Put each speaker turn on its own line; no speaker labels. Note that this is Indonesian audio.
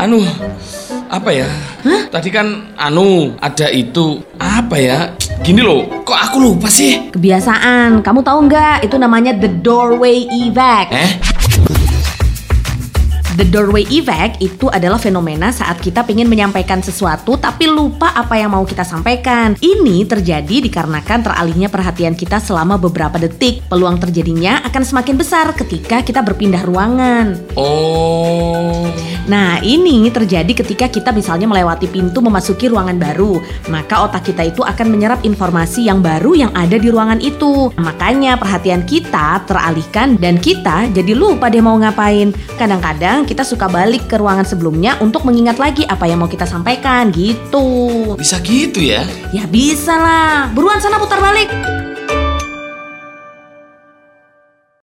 Apa ya? Tadi kan ada itu. Apa ya? Gini loh, kok aku lupa sih?
Kebiasaan, kamu tahu nggak? Itu namanya the doorway effect. The doorway effect itu adalah fenomena saat kita ingin menyampaikan sesuatu tapi lupa apa yang mau kita sampaikan. Ini terjadi dikarenakan teralihnya perhatian kita selama beberapa detik. Peluang terjadinya akan semakin besar ketika kita berpindah ruangan. Nah, ini terjadi ketika kita misalnya melewati pintu memasuki ruangan baru. Maka otak kita itu akan menyerap informasi yang baru yang ada di ruangan itu. Makanya perhatian kita teralihkan dan kita jadi lupa deh mau ngapain. Kadang-kadang kita suka balik ke ruangan sebelumnya untuk mengingat lagi apa yang mau kita sampaikan gitu.
Bisa gitu ya?
Ya bisa lah. Buruan sana putar balik.